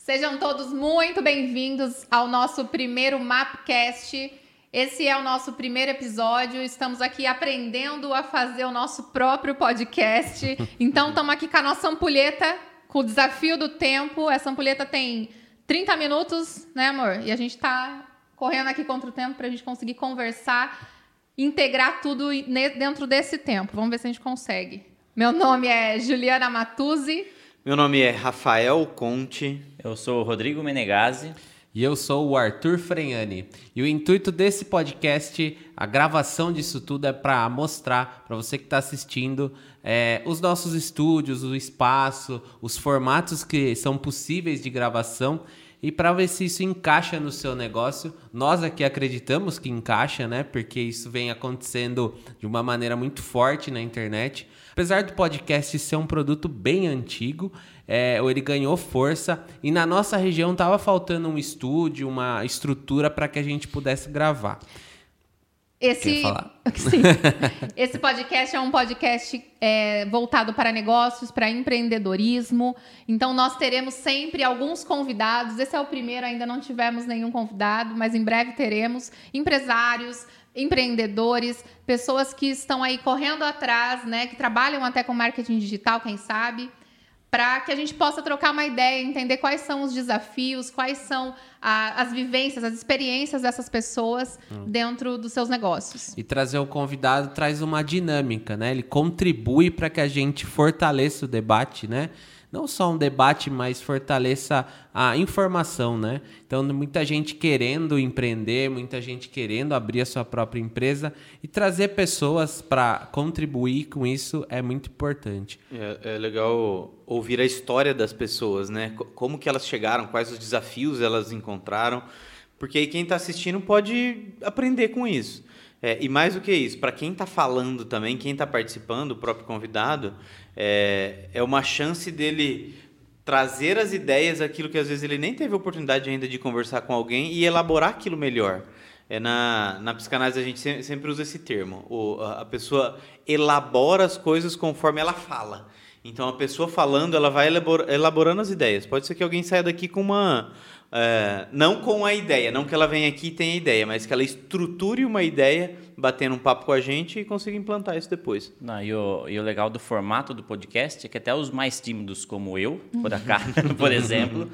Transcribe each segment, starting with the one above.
Sejam todos muito bem-vindos ao nosso primeiro Mapcast. Esse é o nosso primeiro episódio. Estamos aqui aprendendo a fazer o nosso próprio podcast. Então, estamos aqui com a nossa ampulheta, com o desafio do tempo. Essa ampulheta tem 30 minutos, né, amor? E a gente está correndo aqui contra o tempo para a gente conseguir conversar, integrar tudo dentro desse tempo. Vamos ver se a gente consegue. Meu nome é Juliana Matuzzi. Meu nome é Rafael Conte. Eu sou o Rodrigo Menegazzi. E eu sou o Arthur Freiani. E o intuito desse podcast, a gravação disso tudo é para mostrar para você que está assistindo os nossos estúdios, o espaço, os formatos que são possíveis de gravação e para ver se isso encaixa no seu negócio. Nós aqui acreditamos que encaixa, né? Porque isso vem acontecendo de uma maneira muito forte na internet. Apesar do podcast ser um produto bem antigo, ele ganhou força e na nossa região estava faltando um estúdio, uma estrutura para que a gente pudesse gravar. Quer falar? Sim. Esse podcast é um podcast voltado para negócios, para empreendedorismo. Então, nós teremos sempre alguns convidados. Esse é o primeiro, ainda não tivemos nenhum convidado, mas em breve teremos empresários, empreendedores, pessoas que estão aí correndo atrás, né, que trabalham até com marketing digital, quem sabe, para que a gente possa trocar uma ideia, entender quais são os desafios, quais são as vivências, as experiências dessas pessoas dentro dos seus negócios. E trazer o convidado traz uma dinâmica, né? Ele contribui para que a gente fortaleça o debate, né? Não só um debate, mas fortaleça a informação, né? Então, muita gente querendo empreender, muita gente querendo abrir a sua própria empresa e trazer pessoas para contribuir com isso é muito importante. É legal ouvir a história das pessoas, né? Como que elas chegaram, quais os desafios elas encontraram, porque aí quem está assistindo pode aprender com isso. E mais do que isso, para quem está falando também, quem está participando, o próprio convidado, é uma chance dele trazer as ideias, aquilo que às vezes ele nem teve oportunidade ainda de conversar com alguém e elaborar aquilo melhor. Na psicanálise a gente sempre usa esse termo, a pessoa elabora as coisas conforme ela fala. Então a pessoa falando, ela vai elaborando as ideias. Pode ser que alguém saia daqui com não com a ideia, não que ela venha aqui e tenha ideia, mas que ela estruture uma ideia, batendo um papo com a gente e consiga implantar isso depois. E o legal do formato do podcast é que até os mais tímidos como eu, por exemplo,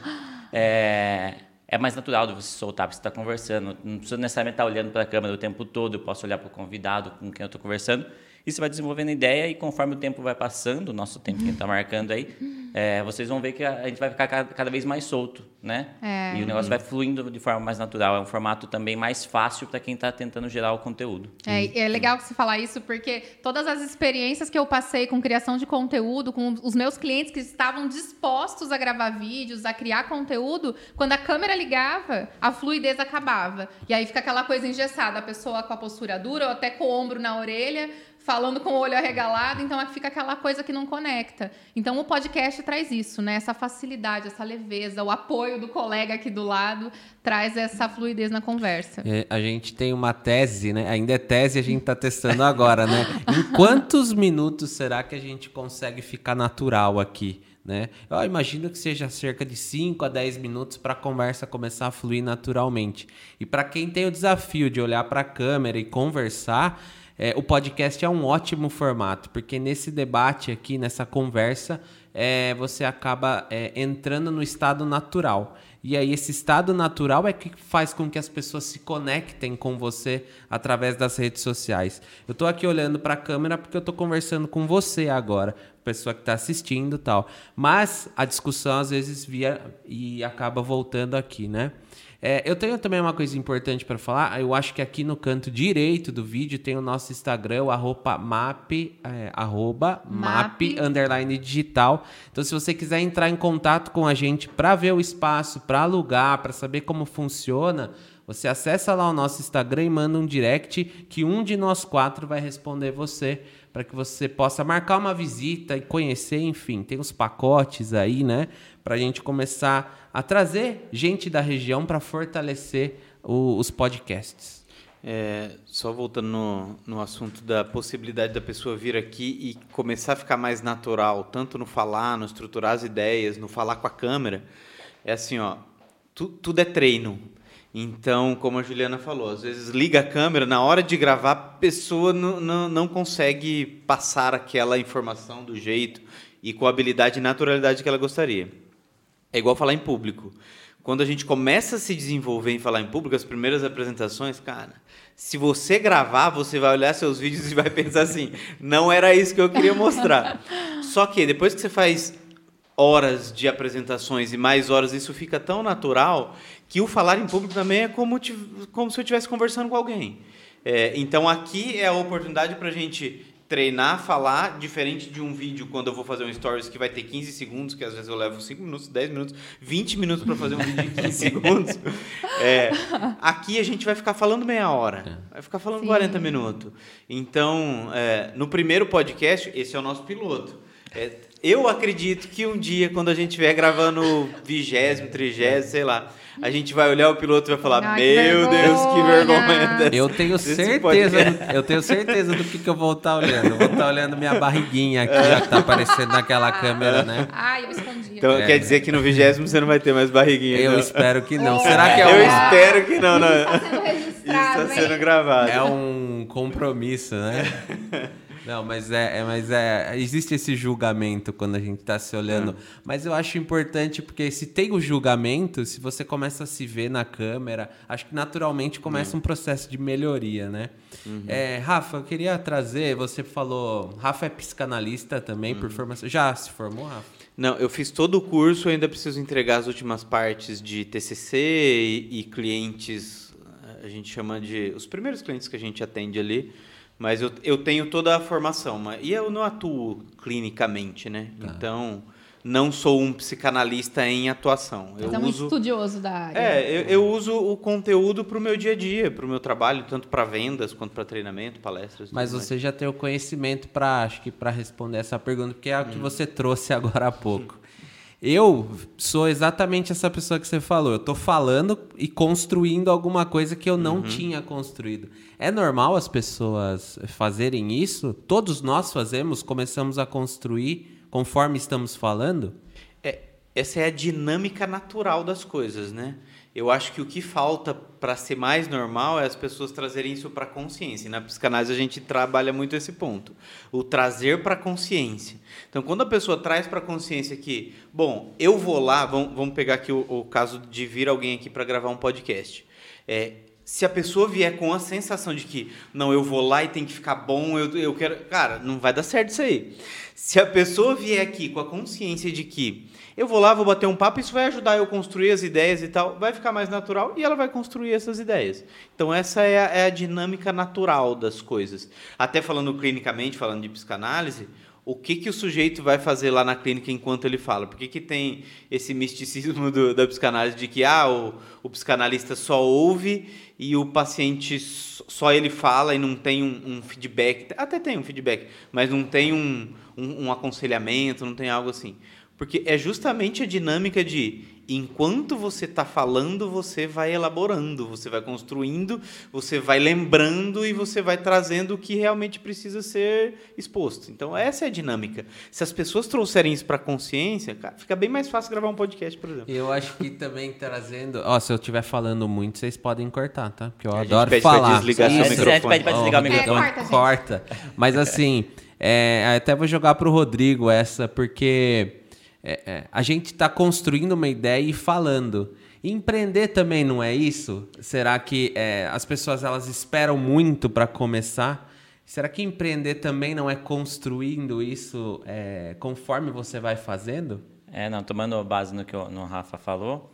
é mais natural de você soltar, porque você está conversando. Não precisa necessariamente estar olhando para a câmera o tempo todo, eu posso olhar para o convidado com quem eu estou conversando. E você vai desenvolvendo ideia e conforme o tempo vai passando, o nosso tempo que a gente está marcando aí, vocês vão ver que a gente vai ficar cada vez mais solto, né? E o negócio vai fluindo de forma mais natural. É um formato também mais fácil para quem está tentando gerar o conteúdo. É legal que você falar isso, porque todas as experiências que eu passei com criação de conteúdo, com os meus clientes que estavam dispostos a gravar vídeos, a criar conteúdo, quando a câmera ligava, a fluidez acabava. E aí fica aquela coisa engessada, a pessoa com a postura dura ou até com o ombro na orelha, falando com o olho arregalado, então fica aquela coisa que não conecta. Então o podcast traz isso, né? Essa facilidade, essa leveza, o apoio do colega aqui do lado traz essa fluidez na conversa. A gente tem uma tese, né? Ainda é tese, a gente está testando agora, né? Em quantos minutos será que a gente consegue ficar natural aqui? Né? Eu imagino que seja cerca de 5 a 10 minutos para a conversa começar a fluir naturalmente. E para quem tem o desafio de olhar para a câmera e conversar, o podcast é um ótimo formato, porque nesse debate aqui, nessa conversa, você acaba entrando no estado natural. E aí esse estado natural é que faz com que as pessoas se conectem com você através das redes sociais. Eu estou aqui olhando para a câmera porque eu estou conversando com você agora, pessoa que está assistindo e tal. Mas a discussão às vezes via e acaba voltando aqui, né? Eu tenho também uma coisa importante para falar. Eu acho que aqui no canto direito do vídeo tem o nosso Instagram, o @map_digital. Então, se você quiser entrar em contato com a gente para ver o espaço, para alugar, para saber como funciona, você acessa lá o nosso Instagram e manda um direct que um de nós 4 vai responder você, para que você possa marcar uma visita e conhecer, enfim, tem os pacotes aí, né? Para a gente começar a trazer gente da região para fortalecer os podcasts. Só voltando no assunto da possibilidade da pessoa vir aqui e começar a ficar mais natural, tanto no falar, no estruturar as ideias, no falar com a câmera. é assim, ó, tudo é treino. Então, como a Juliana falou, às vezes liga a câmera, na hora de gravar, a pessoa não consegue passar aquela informação do jeito e com a habilidade e naturalidade que ela gostaria. É igual falar em público. Quando a gente começa a se desenvolver em falar em público, as primeiras apresentações, cara, se você gravar, você vai olhar seus vídeos e vai pensar assim, não era isso que eu queria mostrar. Só que depois que você faz horas de apresentações e mais horas, isso fica tão natural que o falar em público também é como se eu estivesse conversando com alguém. Então, aqui é a oportunidade para a gente treinar, falar, diferente de um vídeo, quando eu vou fazer um stories que vai ter 15 segundos, que às vezes eu levo 5 minutos, 10 minutos, 20 minutos para fazer um vídeo de 15 segundos. Aqui a gente vai ficar falando meia hora, vai ficar falando 40 minutos. Então, no primeiro podcast, esse é o nosso piloto. Eu acredito que um dia, quando a gente estiver gravando o 20º, 30º, sei lá, a gente vai olhar o piloto e vai falar, meu Deus, que vergonha. Eu tenho certeza do que eu vou estar olhando. Eu vou estar olhando minha barriguinha aqui, ó, que tá aparecendo naquela câmera, né? Ai, eu escondi. Então quer dizer que no 20º você não vai ter mais barriguinha? Eu não? Espero que não. Será que Eu espero que não. Está sendo registrado, Isso está sendo gravado. É um compromisso, né? Não, mas existe esse julgamento quando a gente está se olhando. Mas eu acho importante porque se tem o julgamento, se você começa a se ver na câmera, acho que naturalmente começa um processo de melhoria, né? Rafa, eu queria trazer, você falou, Rafa é psicanalista também por formação. Já se formou, Rafa? Não, eu fiz todo o curso, eu ainda preciso entregar as últimas partes de TCC e clientes, a gente chama de os primeiros clientes que a gente atende ali. Mas eu tenho toda a formação, e eu não atuo clinicamente, né? Tá. Então, não sou um psicanalista em atuação. Mas um estudioso da área. Eu uso o conteúdo para o meu dia a dia, para o meu trabalho, tanto para vendas quanto para treinamento, palestras. Mas você já tem o conhecimento para responder essa pergunta, porque é o que você trouxe agora há pouco. Eu sou exatamente essa pessoa que você falou. Eu estou falando e construindo alguma coisa que eu não tinha construído. É normal as pessoas fazerem isso? Todos nós começamos a construir conforme estamos falando? Essa é a dinâmica natural das coisas, né? Eu acho que o que falta para ser mais normal é as pessoas trazerem isso para a consciência. E na psicanálise a gente trabalha muito esse ponto. O trazer para a consciência. Então, quando a pessoa traz para a consciência que, bom, eu vou lá, vamos pegar aqui o caso de vir alguém aqui para gravar um podcast. Se a pessoa vier com a sensação de que, não, eu vou lá e tem que ficar bom, eu quero... Cara, não vai dar certo isso aí. Se a pessoa vier aqui com a consciência de que eu vou lá, vou bater um papo, isso vai ajudar eu a construir as ideias e tal, vai ficar mais natural e ela vai construir essas ideias. Então, essa é a dinâmica natural das coisas. Até falando clinicamente, falando de psicanálise, o que o sujeito vai fazer lá na clínica enquanto ele fala? Por que tem esse misticismo da psicanálise de que o psicanalista só ouve e o paciente só ele fala e não tem um feedback? Até tem um feedback, mas não tem um aconselhamento, não tem algo assim. Porque é justamente a dinâmica de, enquanto você está falando, você vai elaborando, você vai construindo, você vai lembrando e você vai trazendo o que realmente precisa ser exposto. Então, essa é a dinâmica. Se as pessoas trouxerem isso para a consciência, cara, fica bem mais fácil gravar um podcast, por exemplo. Eu acho que também trazendo... se eu estiver falando muito, vocês podem cortar, tá? Porque eu adoro falar. Pra desligar seu microfone. Pede para desligar o microfone. Corta. Mas assim, até vou jogar para o Rodrigo essa, porque... a gente está construindo uma ideia e falando. Empreender também não é isso? Será que as pessoas elas esperam muito para começar? Será que empreender também não é construindo isso conforme você vai fazendo? Não, tomando base no que o Rafa falou,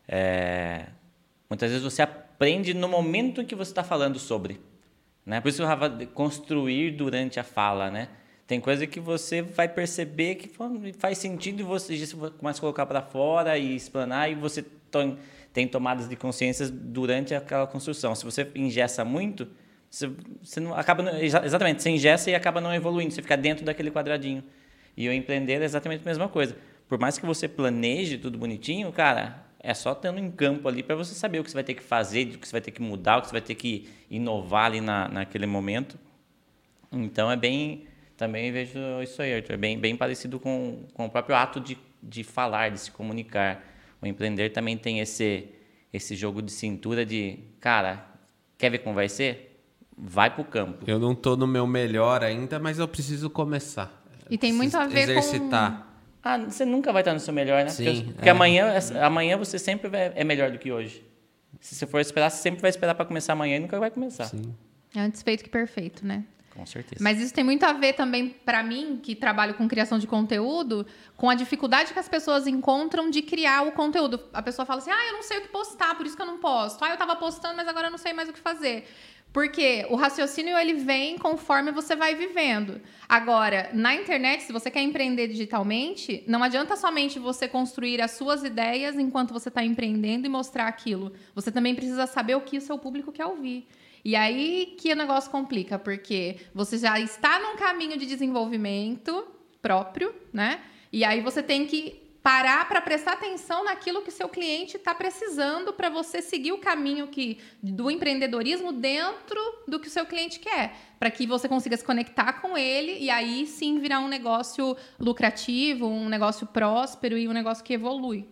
muitas vezes você aprende no momento em que você está falando sobre. Né? Por isso o Rafa construir durante a fala, né? Tem coisa que você vai perceber que faz sentido e você começa a colocar para fora e explanar e você tem tomadas de consciência durante aquela construção. Se você engessa muito, você não acaba... Exatamente, você engessa e acaba não evoluindo, você fica dentro daquele quadradinho. E o empreender é exatamente a mesma coisa. Por mais que você planeje tudo bonitinho, cara, é só tendo em campo ali para você saber o que você vai ter que fazer, o que você vai ter que mudar, o que você vai ter que inovar ali naquele momento. Então, também vejo isso aí, Arthur. É bem parecido com o próprio ato de falar, de se comunicar. o empreender também tem esse jogo de cintura de, cara, quer ver como vai ser? Vai pro campo. Eu não tô no meu melhor ainda, mas eu preciso começar. E tem muito a ver exercitar. Você nunca vai estar no seu melhor, né? Sim, porque amanhã você sempre é melhor do que hoje. Se você for esperar, você sempre vai esperar para começar amanhã e nunca vai começar. Sim. Antes feito que perfeito, né? Com certeza. Mas isso tem muito a ver também, para mim, que trabalho com criação de conteúdo, com a dificuldade que as pessoas encontram de criar o conteúdo. A pessoa fala assim, eu não sei o que postar, por isso que eu não posto. Eu tava postando, mas agora eu não sei mais o que fazer. Porque o raciocínio, ele vem conforme você vai vivendo. Agora, na internet, se você quer empreender digitalmente, não adianta somente você construir as suas ideias enquanto você está empreendendo e mostrar aquilo. Você também precisa saber o que o seu público quer ouvir. E aí que o negócio complica, porque você já está num caminho de desenvolvimento próprio, né? E aí você tem que parar para prestar atenção naquilo que o seu cliente está precisando para você seguir o caminho do empreendedorismo dentro do que o seu cliente quer, para que você consiga se conectar com ele e aí sim virar um negócio lucrativo, um negócio próspero e um negócio que evolui.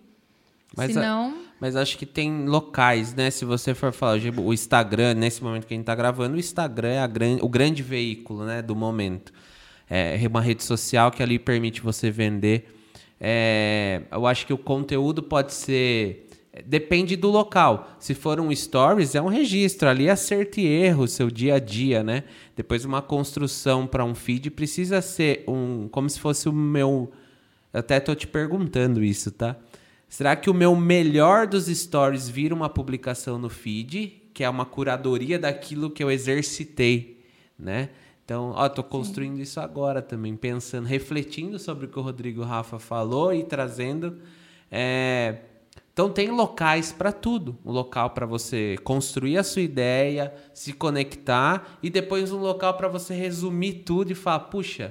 Mas acho que tem locais, né? Se você for falar, o Instagram, nesse momento que a gente está gravando, o Instagram é o grande veículo, né, do momento. É uma rede social que ali permite você vender. Eu acho que o conteúdo pode ser... Depende do local. Se for um stories, é um registro. Ali é acerto e erro, seu dia a dia, né? Depois uma construção para um feed precisa ser como se fosse o meu... Eu até estou te perguntando isso, tá? Será que o meu melhor dos stories vira uma publicação no feed, que é uma curadoria daquilo que eu exercitei, né? Então, estou construindo isso agora também, pensando, refletindo sobre o que o Rodrigo Rafa falou e trazendo. Então, tem locais para tudo. Um local para você construir a sua ideia, se conectar, e depois um local para você resumir tudo e falar, puxa...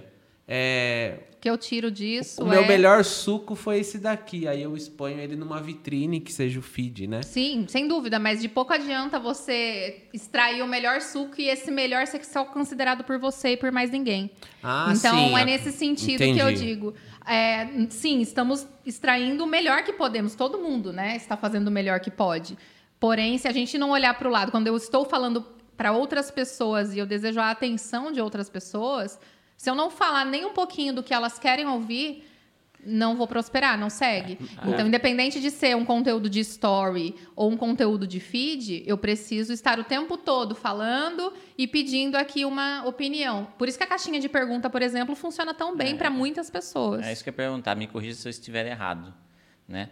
O que eu tiro disso meu melhor suco foi esse daqui. Aí eu exponho ele numa vitrine que seja o feed, né? Sim, sem dúvida. Mas de pouco adianta você extrair o melhor suco e esse melhor ser só considerado por você e por mais ninguém. Então, sim, é nesse sentido entendi. que eu digo. Sim, estamos extraindo o melhor que podemos. Todo mundo, né, está fazendo o melhor que pode. Porém, se a gente não olhar para o lado, quando eu estou falando para outras pessoas e eu desejo a atenção de outras pessoas... Se eu não falar nem um pouquinho do que elas querem ouvir, não vou prosperar, não segue. Então, independente de ser um conteúdo de story ou um conteúdo de feed, eu preciso estar o tempo todo falando e pedindo aqui uma opinião. Por isso que a caixinha de pergunta, por exemplo, funciona tão bem para muitas pessoas. É isso que eu ia perguntar. Me corrija se eu estiver errado, né?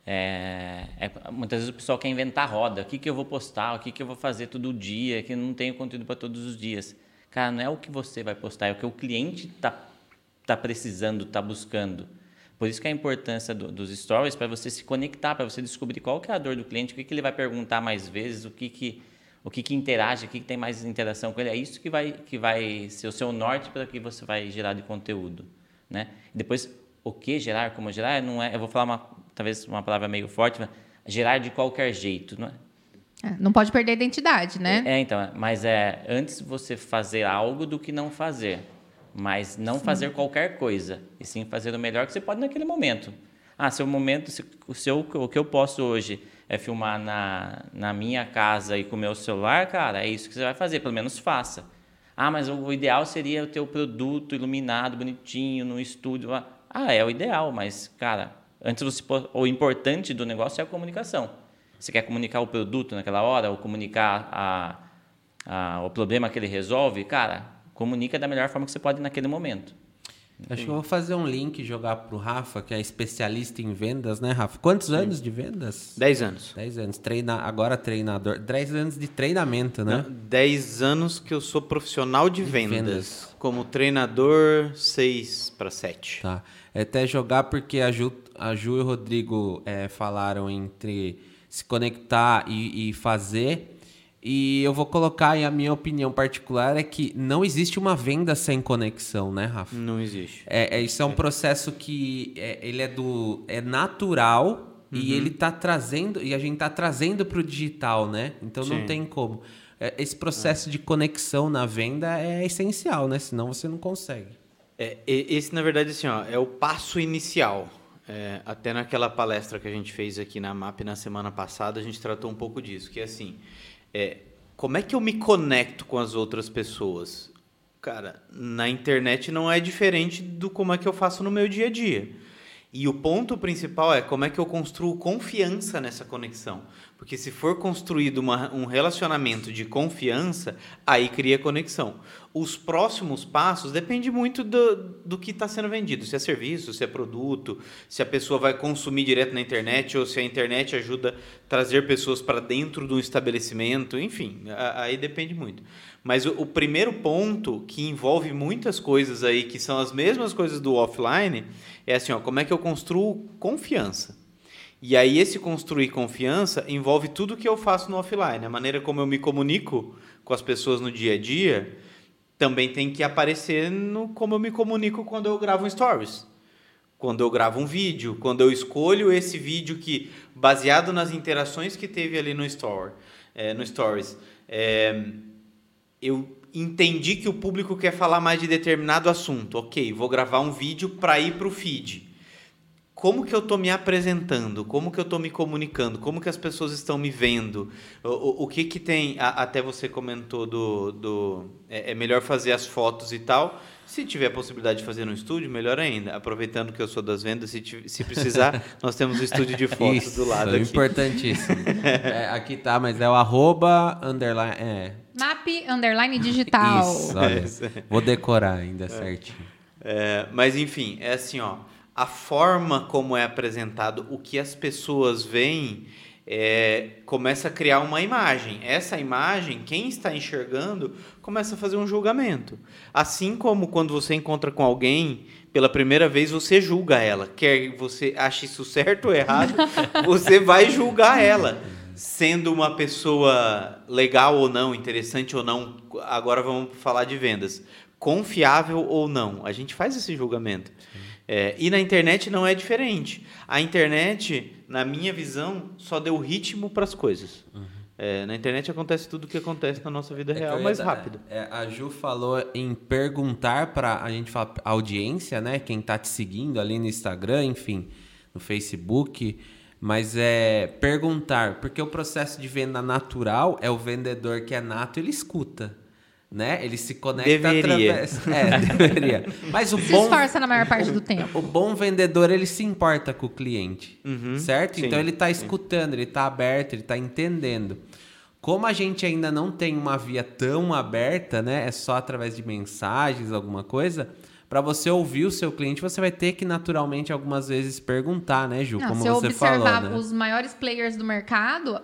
Muitas vezes o pessoal quer inventar roda. O que eu vou postar? O que eu vou fazer todo dia? Que não tenho conteúdo para todos os dias. Cara, não é o que você vai postar, é o que o cliente tá precisando, tá buscando. Por isso que a importância dos stories, para você se conectar, para você descobrir qual que é a dor do cliente, o que ele vai perguntar mais vezes, o que interage, o que tem mais interação com ele. É isso que vai ser o seu norte para que você vai gerar de conteúdo, né? E depois, o que gerar, como gerar, não é... Eu vou falar talvez uma palavra meio forte, mas gerar de qualquer jeito, não é? Não pode perder a identidade, né? Então, mas antes você fazer algo do que não fazer. Mas não fazer qualquer coisa. E sim fazer o melhor que você pode naquele momento. O que eu posso hoje é filmar na minha casa e com o meu celular, cara, é isso que você vai fazer, pelo menos faça. Mas o ideal seria o teu produto iluminado, bonitinho, no estúdio. É o ideal, mas, cara, o importante do negócio é a comunicação. Você quer comunicar o produto naquela hora ou comunicar o problema que ele resolve? Cara, comunica da melhor forma que você pode naquele momento. Acho que eu vou fazer um link e jogar pro Rafa, que é especialista em vendas, né, Rafa? Quantos anos de vendas? 10 anos. 10 anos. Agora treinador. 10 anos de treinamento, né? 10 anos que eu sou profissional de vendas. Como treinador, 6 para 7. Tá. Até jogar porque a Ju e o Rodrigo falaram entre... se conectar e fazer. E eu vou colocar, e a minha opinião particular é que não existe uma venda sem conexão, né, Rafa? Não existe. Isso é um processo que ele é natural e ele tá trazendo, e a gente tá trazendo para o digital, né? Então Sim. não tem como. Esse processo de conexão na venda é essencial, né? Senão você não consegue. Esse, na verdade, assim, é o passo inicial. Até naquela palestra que a gente fez aqui na MAP na semana passada, a gente tratou um pouco disso, que é assim, como é que eu me conecto com as outras pessoas? Cara, na internet não é diferente do como é que eu faço no meu dia a dia. E o ponto principal é como é que eu construo confiança nessa conexão. Porque se for construído um relacionamento de confiança, aí cria conexão. Os próximos passos dependem muito do que está sendo vendido. Se é serviço, se é produto, se a pessoa vai consumir direto na internet ou se a internet ajuda a trazer pessoas para dentro de um estabelecimento. Enfim, aí depende muito. Mas o primeiro ponto, que envolve muitas coisas aí, que são as mesmas coisas do offline, é assim, como é que eu construo confiança? E aí esse construir confiança envolve tudo que eu faço no offline. A maneira como eu me comunico com as pessoas no dia a dia também tem que aparecer no como eu me comunico quando eu gravo um stories. Quando eu gravo um vídeo, quando eu escolho esse vídeo que, baseado nas interações que teve ali no stories, eu entendi que o público quer falar mais de determinado assunto. Ok, vou gravar um vídeo para ir para o feed. Como que eu estou me apresentando? Como que eu estou me comunicando? Como que as pessoas estão me vendo? O que tem... Até você comentou é melhor fazer as fotos e tal. Se tiver a possibilidade de fazer no estúdio, melhor ainda. Aproveitando que eu sou das vendas, se precisar, nós temos o estúdio de fotos do lado aqui. Importantíssimo. Aqui tá, mas é o @ _MAP_digital. Isso, olha. Vou decorar ainda certinho. Mas enfim, é assim, a forma como é apresentado, o que as pessoas veem, começa a criar uma imagem. Essa imagem, quem está enxergando, começa a fazer um julgamento. Assim como quando você encontra com alguém pela primeira vez, você julga ela. Quer você ache isso certo ou errado, você vai julgar ela. Sendo uma pessoa legal ou não, interessante ou não, agora vamos falar de vendas. Confiável ou não, a gente faz esse julgamento. E na internet não é diferente. A internet, na minha visão, só deu ritmo para as coisas. Na internet acontece tudo o que acontece na nossa vida real, mais rápido. A Ju falou em perguntar para a gente falar, a audiência, né? Quem está te seguindo ali no Instagram, enfim, no Facebook. Mas perguntar, porque o processo de venda natural é o vendedor que é nato, ele escuta. Né? Ele se conecta através... deveria. Mas o se esforça na maior parte do tempo. O bom vendedor, ele se importa com o cliente, certo? Sim, então, ele está escutando, ele está aberto, ele está entendendo. Como a gente ainda não tem uma via tão aberta, né? É só através de mensagens, alguma coisa... Para você ouvir o seu cliente, você vai ter que, naturalmente, algumas vezes perguntar, né, Ju? Como você falou, né? Se eu observar os maiores players do mercado...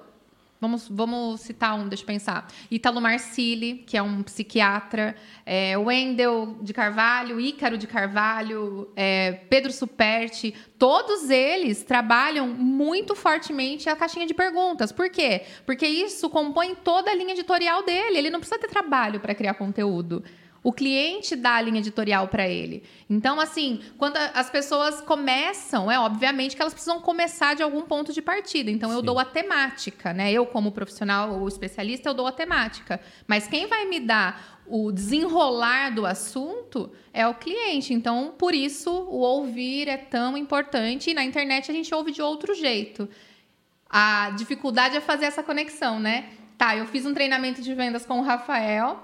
Vamos citar deixa eu pensar. Ítalo Marcilli, que é um psiquiatra, Wendel de Carvalho, Ícaro de Carvalho, Pedro Superti, todos eles trabalham muito fortemente a caixinha de perguntas. Por quê? Porque isso compõe toda a linha editorial dele. Ele não precisa ter trabalho para criar conteúdo. O cliente dá a linha editorial para ele. Então, assim, quando as pessoas começam, obviamente que elas precisam começar de algum ponto de partida. Então, eu dou a temática, né? Eu, como profissional ou especialista, eu dou a temática. Mas quem vai me dar o desenrolar do assunto é o cliente. Então, por isso, o ouvir é tão importante. E na internet a gente ouve de outro jeito. A dificuldade é fazer essa conexão, né? Tá, eu fiz um treinamento de vendas com o Rafael...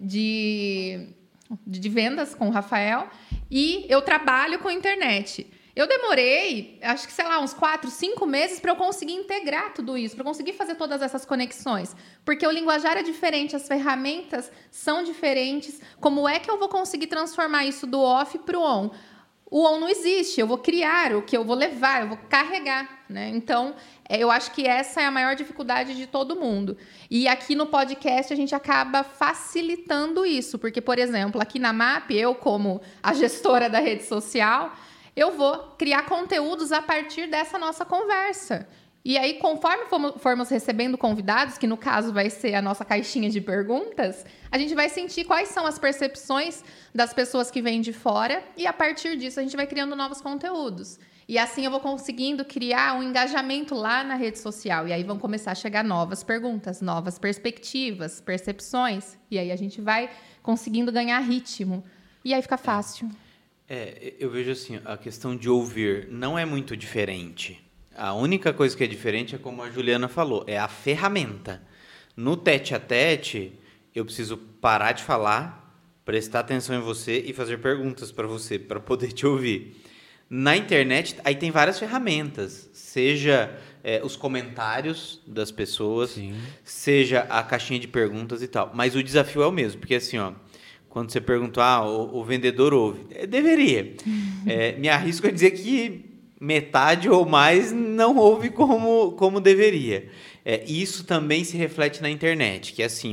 De vendas com o Rafael e eu trabalho com internet. Eu demorei, acho que, uns 4, 5 meses para eu conseguir integrar tudo isso, para conseguir fazer todas essas conexões. Porque o linguajar é diferente, as ferramentas são diferentes. Como é que eu vou conseguir transformar isso do off para o on? O on não existe, eu vou criar o que eu vou levar, eu vou carregar, né? Então, eu acho que essa é a maior dificuldade de todo mundo. E aqui no podcast a gente acaba facilitando isso, porque, por exemplo, aqui na MAP, eu como a gestora da rede social, eu vou criar conteúdos a partir dessa nossa conversa. E aí, conforme formos recebendo convidados, que no caso vai ser a nossa caixinha de perguntas, a gente vai sentir quais são as percepções das pessoas que vêm de fora e, a partir disso, a gente vai criando novos conteúdos. E assim eu vou conseguindo criar um engajamento lá na rede social. E aí vão começar a chegar novas perguntas, novas perspectivas, percepções. E aí a gente vai conseguindo ganhar ritmo. E aí fica fácil. Eu vejo assim, a questão de ouvir não é muito diferente. A única coisa que é diferente é como a Juliana falou, é a ferramenta. No tete-a-tete, eu preciso parar de falar, prestar atenção em você e fazer perguntas para você, para poder te ouvir. Na internet, aí tem várias ferramentas, seja os comentários das pessoas, Sim. seja a caixinha de perguntas e tal. Mas o desafio é o mesmo, porque assim, quando você pergunta, o vendedor ouve. Deveria. Me arrisco a dizer que metade ou mais não ouve como deveria. Isso também se reflete na internet, que é assim,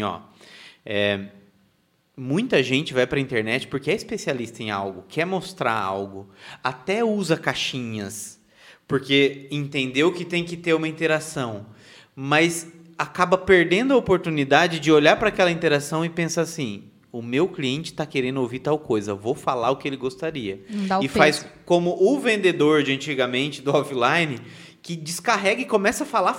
muita gente vai para a internet porque é especialista em algo, quer mostrar algo, até usa caixinhas, porque entendeu que tem que ter uma interação, mas acaba perdendo a oportunidade de olhar para aquela interação e pensar assim, o meu cliente está querendo ouvir tal coisa, vou falar o que ele gostaria. E faz como o vendedor de antigamente, do offline, que descarrega e começa a falar.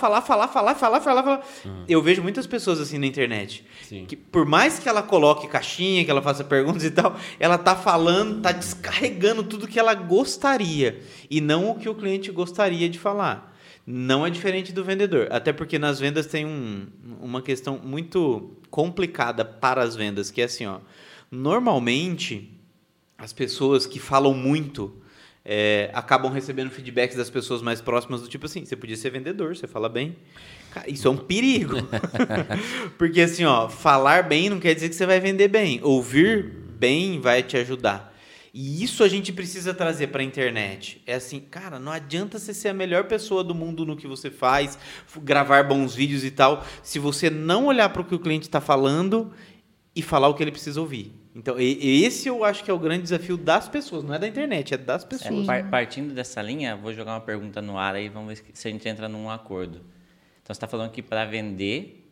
Eu vejo muitas pessoas assim na internet, Sim. que por mais que ela coloque caixinha, que ela faça perguntas e tal, ela tá falando, tá descarregando tudo que ela gostaria e não o que o cliente gostaria de falar. Não é diferente do vendedor, até porque nas vendas tem uma questão muito complicada para as vendas, que é assim, normalmente as pessoas que falam muito acabam recebendo feedbacks das pessoas mais próximas do tipo assim, você podia ser vendedor, você fala bem. Cara, isso é um perigo. Porque assim, falar bem não quer dizer que você vai vender bem. Ouvir bem vai te ajudar. E isso a gente precisa trazer para a internet. É assim, cara, não adianta você ser a melhor pessoa do mundo no que você faz, gravar bons vídeos e tal, se você não olhar para o que o cliente está falando e falar o que ele precisa ouvir. Então, esse eu acho que é o grande desafio das pessoas, não é da internet, é das pessoas. Partindo dessa linha, vou jogar uma pergunta no ar aí, vamos ver se a gente entra num acordo. Então, você está falando que para vender,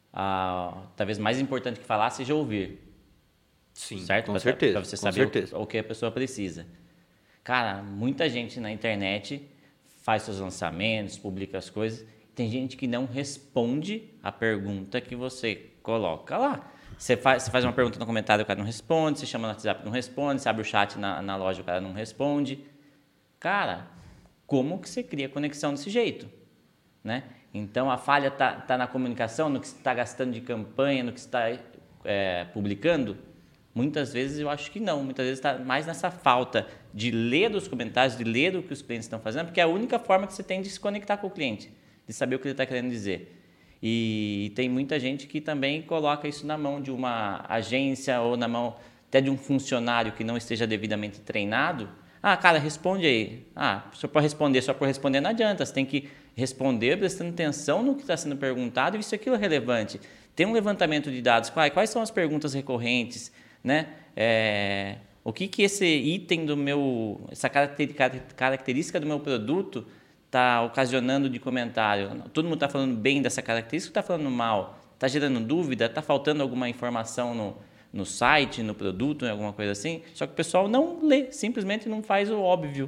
talvez mais importante que falar seja ouvir. Sim, certo? Com certeza. Para você saber o que a pessoa precisa. Cara, muita gente na internet faz seus lançamentos, publica as coisas. Tem gente que não responde a pergunta que você coloca lá. Você faz uma pergunta no comentário, o cara não responde. Você chama no WhatsApp, não responde. Você abre o chat na loja, o cara não responde. Cara, como que você cria conexão desse jeito? Né? Então, a falha tá na comunicação, no que você está gastando de campanha, no que você está publicando? Muitas vezes eu acho que não. Muitas vezes está mais nessa falta de ler os comentários, de ler o que os clientes estão fazendo, porque é a única forma que você tem de se conectar com o cliente, de saber o que ele está querendo dizer. E tem muita gente que também coloca isso na mão de uma agência ou na mão até de um funcionário que não esteja devidamente treinado. Cara, responde aí. Só por responder não adianta. Você tem que responder prestando atenção no que está sendo perguntado e ver se aquilo é relevante. Tem um levantamento de dados. Quais são as perguntas recorrentes? Né? O que esse item essa característica do meu produto está ocasionando de comentário? Todo mundo está falando bem dessa característica ou está falando mal? Está gerando dúvida? Está faltando alguma informação no site, no produto, alguma coisa assim? Só que o pessoal não lê, simplesmente não faz o óbvio.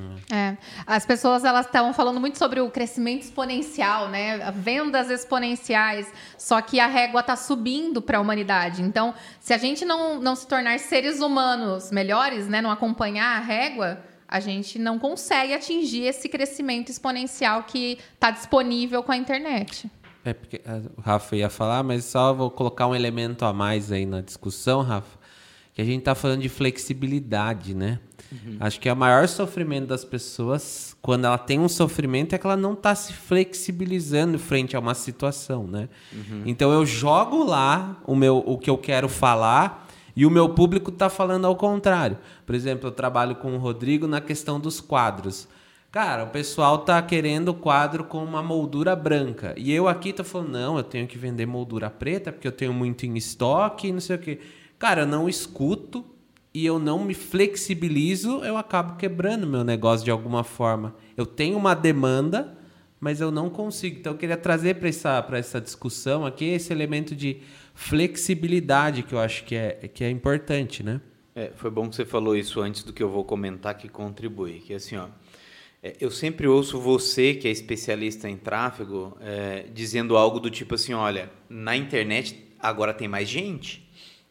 As pessoas elas estavam falando muito sobre o crescimento exponencial, né? Vendas exponenciais, só que a régua está subindo para a humanidade. Então, se a gente não se tornar seres humanos melhores, né? Não acompanhar a régua, a gente não consegue atingir esse crescimento exponencial que está disponível com a internet. Porque o Rafa ia falar, mas só vou colocar um elemento a mais aí na discussão, Rafa, que a gente está falando de flexibilidade, né? Uhum. Acho que o maior sofrimento das pessoas, quando ela tem um sofrimento, é que ela não está se flexibilizando frente a uma situação, né? Uhum. Então eu jogo lá o que eu quero falar e o meu público está falando ao contrário. Por exemplo, eu trabalho com o Rodrigo na questão dos quadros. Cara, o pessoal tá querendo quadro com uma moldura branca. E eu aqui tô falando, não, eu tenho que vender moldura preta porque eu tenho muito em estoque e não sei o quê. Cara, eu não escuto e eu não me flexibilizo, eu acabo quebrando meu negócio de alguma forma. Eu tenho uma demanda, mas eu não consigo. Então, eu queria trazer para essa discussão aqui esse elemento de flexibilidade que eu acho que é importante, né? Foi bom que você falou isso antes do que eu vou comentar, que contribui. Que é assim, eu sempre ouço você, que é especialista em tráfego, dizendo algo do tipo assim, olha, na internet agora tem mais gente.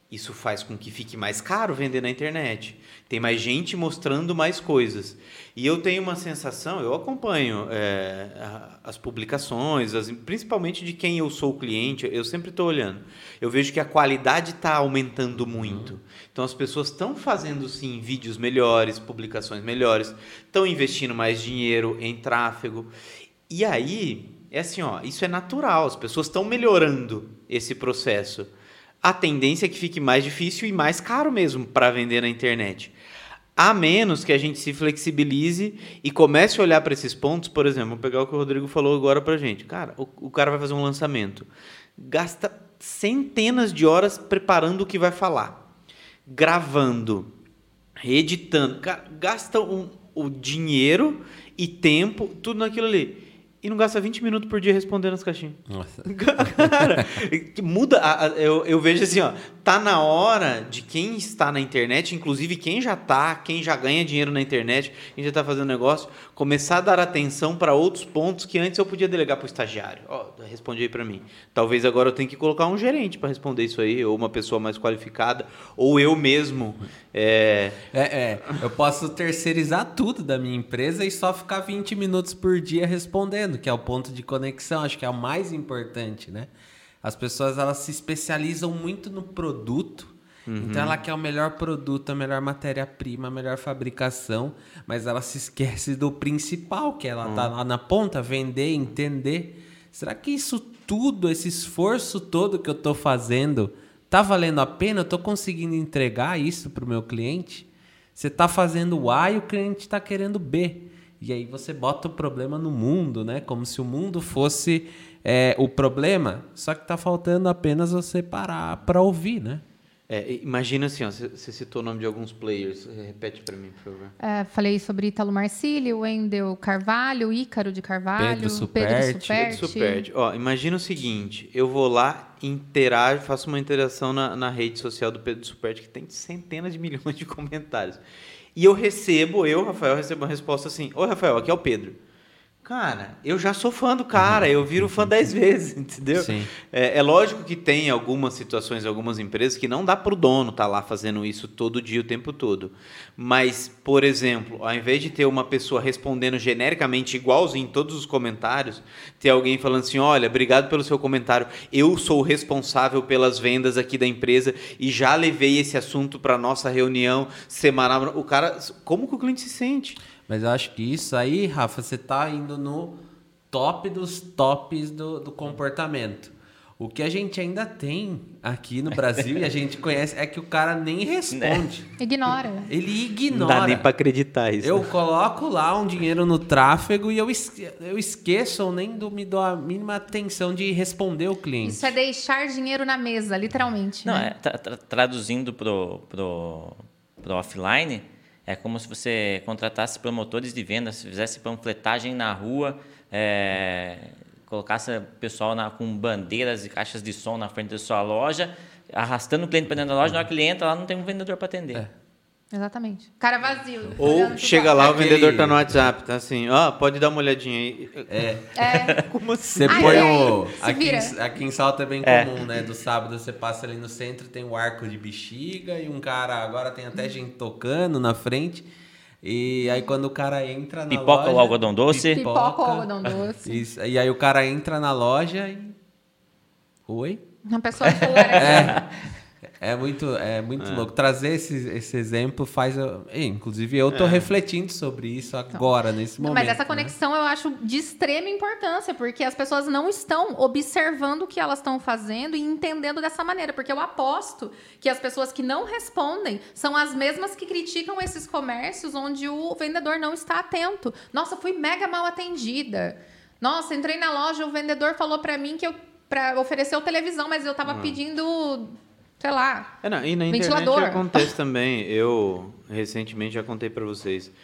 Isso faz com que fique mais caro vender na internet. Tem mais gente mostrando mais coisas. E eu tenho uma sensação, eu acompanho as publicações, principalmente de quem eu sou cliente, eu sempre estou olhando. Eu vejo que a qualidade está aumentando muito. Então as pessoas estão fazendo sim vídeos melhores, publicações melhores, estão investindo mais dinheiro em tráfego. E aí, é assim, isso é natural, as pessoas estão melhorando esse processo. A tendência é que fique mais difícil e mais caro mesmo para vender na internet. A menos que a gente se flexibilize e comece a olhar para esses pontos. Por exemplo, vou pegar o que o Rodrigo falou agora para a gente. Cara, o cara vai fazer um lançamento. Gasta centenas de horas preparando o que vai falar. Gravando. Editando. Gasta o dinheiro e tempo, tudo naquilo ali. E não gasta 20 minutos por dia respondendo as caixinhas. Nossa. Cara, muda. Eu vejo assim, tá na hora de quem está na internet, inclusive quem já ganha dinheiro na internet, quem já está fazendo negócio, começar a dar atenção para outros pontos que antes eu podia delegar para o estagiário. Responde aí para mim. Talvez agora eu tenha que colocar um gerente para responder isso aí, ou uma pessoa mais qualificada, ou eu mesmo. Eu posso terceirizar tudo da minha empresa e só ficar 20 minutos por dia respondendo, que é o ponto de conexão, acho que é o mais importante, né? As pessoas, elas se especializam muito no produto, então ela quer o melhor produto, a melhor matéria-prima, a melhor fabricação, mas ela se esquece do principal, que ela tá lá na ponta, vender, entender. Será que isso tudo, esse esforço todo que eu tô fazendo, tá valendo a pena? Eu tô conseguindo entregar isso pro meu cliente? Você tá fazendo A e o cliente tá querendo B. E aí você bota o problema no mundo, né? Como se o mundo fosse o problema, só que tá faltando apenas você parar para ouvir, né? Imagina assim, você citou o nome de alguns players. Repete para mim, por favor. Falei sobre Ítalo Marcílio, Wendel Carvalho, Ícaro de Carvalho, Pedro Superti. Pedro Superti. Imagina o seguinte, eu vou lá, interajo, faço uma interação na rede social do Pedro Superti, que tem centenas de milhões de comentários. E Rafael, recebo uma resposta assim: Oi, Rafael, aqui é o Pedro. Cara, eu já sou fã do cara, eu viro fã 10 vezes, entendeu? Sim. É lógico que tem algumas situações, algumas empresas que não dá para o dono estar lá fazendo isso todo dia, o tempo todo. Mas, por exemplo, ao invés de ter uma pessoa respondendo genericamente igualzinho em todos os comentários, ter alguém falando assim: olha, obrigado pelo seu comentário, eu sou o responsável pelas vendas aqui da empresa e já levei esse assunto para a nossa reunião semanal. O cara, como que o cliente se sente? Mas eu acho que isso aí, Rafa, você tá indo no top dos tops do comportamento. O que a gente ainda tem aqui no Brasil e a gente conhece é que o cara nem responde. Ignora. Ele ignora. Não dá nem para acreditar isso. Eu coloco lá um dinheiro no tráfego e eu esqueço ou nem me dou a mínima atenção de responder o cliente. Isso é deixar dinheiro na mesa, literalmente. Não, né? Traduzindo pro offline, é como se você contratasse promotores de vendas, fizesse panfletagem na rua, colocasse o pessoal com bandeiras e caixas de som na frente da sua loja, arrastando o cliente para dentro da loja, na hora que ele entra lá não tem um vendedor para atender. Exatamente. Cara vazio. Ou chega lá, o vendedor tá no WhatsApp, tá assim, pode dar uma olhadinha aí. Como assim? Você põe aqui em Salto é bem comum, né? Do sábado você passa ali no centro, tem o arco de bexiga e um cara, agora tem até gente tocando na frente. E aí quando o cara entra na pipoca loja... ou algodão doce. Pipoca ou algodão doce. Isso, e aí o cara entra na loja e... Oi? Uma pessoa do celular É muito louco. Trazer esse exemplo faz... Inclusive, eu estou refletindo sobre isso agora, nesse momento. Mas essa conexão eu acho de extrema importância, porque as pessoas não estão observando o que elas estão fazendo e entendendo dessa maneira. Porque eu aposto que as pessoas que não respondem são as mesmas que criticam esses comércios onde o vendedor não está atento. Nossa, fui mega mal atendida. Nossa, entrei na loja, o vendedor falou para mim que para oferecer televisão, mas eu estava pedindo... sei lá, E na ventilador. internet acontece também. Eu, recentemente, já contei para vocês.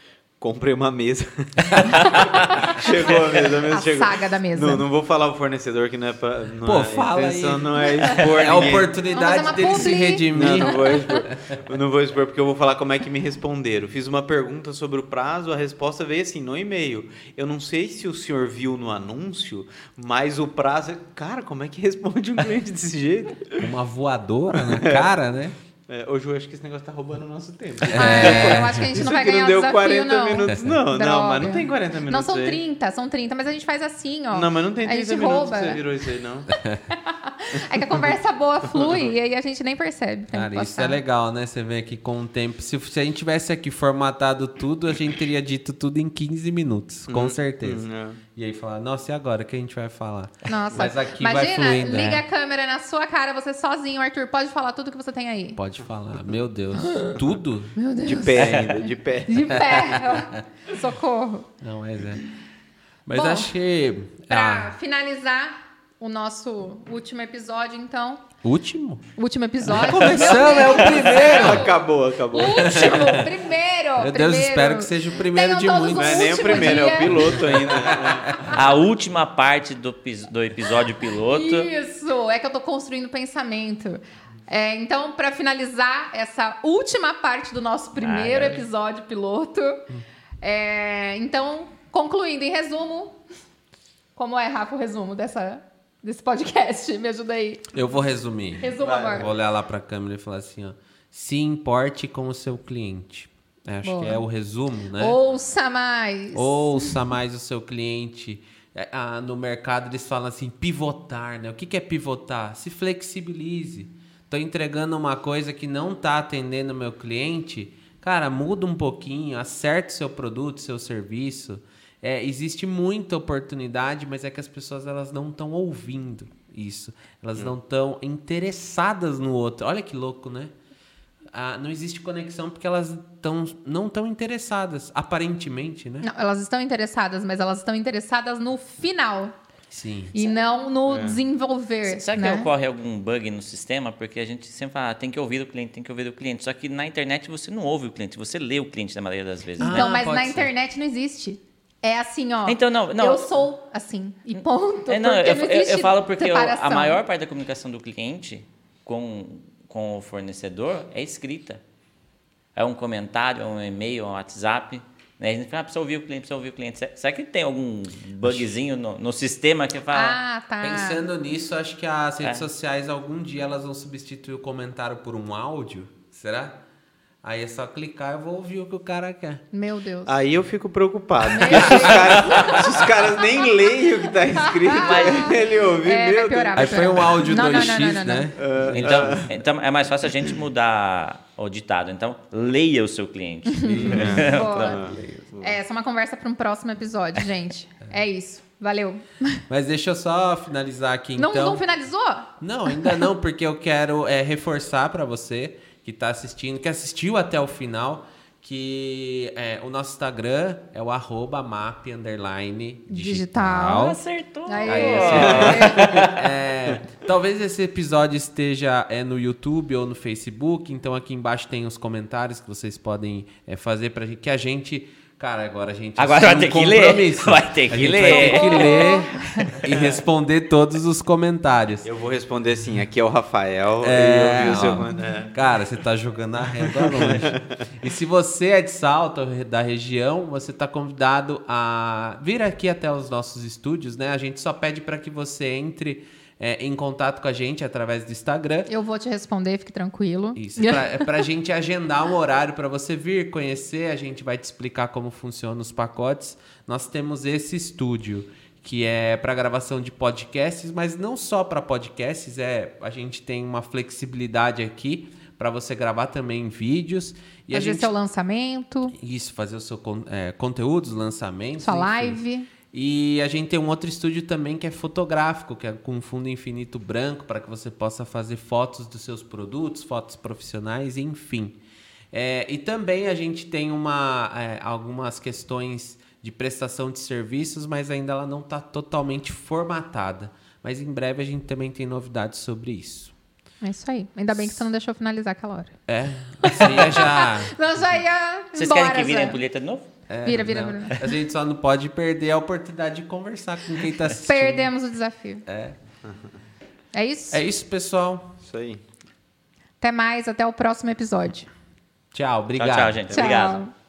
comprei uma mesa. Chegou a mesa chegou. Saga da mesa. Não vou falar o fornecedor, que não é pra... Não Pô, é, fala a intenção aí. não é expor É a ninguém. oportunidade Vamos fazer dele uma se publi. redimir. Não vou expor. Eu não vou expor, porque eu vou falar como é que me responderam. Fiz uma pergunta sobre o prazo, a resposta veio assim, no e-mail. Eu não sei se o senhor viu no anúncio, mas o prazo... Cara, como é que responde um cliente desse jeito? Uma voadora na cara, né? Ô, Ju, acho que esse negócio tá roubando o nosso tempo. Eu acho que a gente Isso não vai aqui ganhar não o deu desafio, 40 não. minutos, não. Não, Droga. mas não tem 40 minutos Não, são aí. 30, mas a gente faz assim, ó. Não, mas não tem A 30 gente minutos rouba. que você virou isso aí, não. É que a conversa boa flui e aí a gente nem percebe. o tempo Cara, isso passar. é legal, né? Você vê aqui com o tempo. Se a gente tivesse aqui formatado tudo, a gente teria dito tudo em 15 minutos, com certeza. E aí falar, nossa, e agora? O que a gente vai falar? Nossa, Mas aqui imagina, vai fluindo. liga né? a câmera na sua cara, você sozinho, Arthur, pode falar tudo que você tem aí. Pode falar. Meu Deus. Tudo? Meu Deus. De pé ainda, de pé. De pé. Socorro. Não, mas é. Mas Bom, acho que... Pra finalizar o nosso último episódio, então. Último? Último episódio. Começamos, é o primeiro. Acabou. Último, primeiro. Meu Deus, espero que seja o primeiro Tenham de todos muitos. Não é nem o último primeiro, é dia. o piloto ainda. A última parte do episódio piloto. Isso, é que eu tô construindo pensamento. Então, para finalizar essa última parte do nosso primeiro episódio piloto, então, concluindo, em resumo, como é, Rafa, o resumo desse podcast? Me ajuda aí. Eu vou resumir. Resumo, Eu amor. vou olhar lá pra câmera e falar assim, ó. Se importe com o seu cliente. Acho Boa. que é o resumo, né? Ouça mais. Ouça mais o seu cliente. No mercado eles falam assim, pivotar, né? O que é pivotar? Se flexibilize. Estou entregando uma coisa que não está atendendo o meu cliente. Cara, muda um pouquinho, acerte seu produto, seu serviço. Existe muita oportunidade, mas é que as pessoas elas não estão ouvindo isso. Elas não estão interessadas no outro. Olha que louco, né? Não existe conexão porque elas não estão interessadas, aparentemente, né? Não, elas estão interessadas, mas elas estão interessadas no final. Sim. E não no desenvolver. Será que né? ocorre algum bug no sistema? Porque a gente sempre fala, tem que ouvir o cliente, tem que ouvir o cliente. Só que na internet você não ouve o cliente, você lê o cliente na maioria das vezes, né? Então, mas pode na ser. internet não existe. É assim, ó. Então, não. Eu sou assim. E ponto. Não, Porque não existe eu falo porque a separação. maior parte da comunicação do cliente com o fornecedor é escrita. É um comentário, é um e-mail, é um WhatsApp. Né? A gente fala, precisa ouvir o cliente. Será que tem algum bugzinho no sistema que fala... Tá. Pensando nisso, acho que as redes sociais, algum dia, elas vão substituir o comentário por um áudio. Será? Aí é só clicar e eu vou ouvir o que o cara quer. Meu Deus. Aí eu fico preocupado. Porque se os caras nem leem o que tá escrito, mas ele ouve, vai meu piorar, Deus. vai Aí foi um áudio Não, 2x, não. né? Então, é mais fácil a gente mudar o ditado. Então, leia o seu cliente. Boa. Essa é uma conversa para um próximo episódio, gente. É isso. Valeu. Mas deixa eu só finalizar aqui, então. Não finalizou? Não, ainda não, porque eu quero reforçar para você que está assistindo, que assistiu até o final, que o nosso Instagram é o @map_digital. Acertou! Aí, Talvez esse episódio esteja no YouTube ou no Facebook, então aqui embaixo tem os comentários que vocês podem fazer para que a gente... Cara, agora a gente Agora vai assume ter que compromisso. ler. Vai ter que a gente ler. vai ter que ler e responder todos os comentários. Eu vou responder assim, aqui é o Rafael e eu vi o seu... Cara, você tá jogando a régua longe. E se você é de Salto, da região, você tá convidado a vir aqui até os nossos estúdios, né? A gente só pede para que você entre em contato com a gente através do Instagram. Eu vou te responder, fique tranquilo. Isso, pra gente agendar um horário para você vir conhecer, a gente vai te explicar como funcionam os pacotes. Nós temos esse estúdio que é para gravação de podcasts, mas não só para podcasts, a gente tem uma flexibilidade aqui para você gravar também vídeos. E Fazer seu lançamento. Isso, fazer o seu conteúdos, lançamentos. Sua enfim. live. E a gente tem um outro estúdio também que é fotográfico, que é com fundo infinito branco, para que você possa fazer fotos dos seus produtos, fotos profissionais, enfim. E também a gente tem algumas questões de prestação de serviços, mas ainda ela não está totalmente formatada. Mas em breve a gente também tem novidades sobre isso. É isso aí. Ainda bem que você não deixou finalizar aquela hora. Você ia já... Não, já ia Vocês embora, querem que vire a Zé. ampulheta de novo? Vira. A gente só não pode perder a oportunidade de conversar com quem tá assistindo. Perdemos o desafio. É isso? É isso, pessoal. Isso aí. Até mais, até o próximo episódio. Tchau, obrigado. Tchau, gente. Tchau. Obrigado.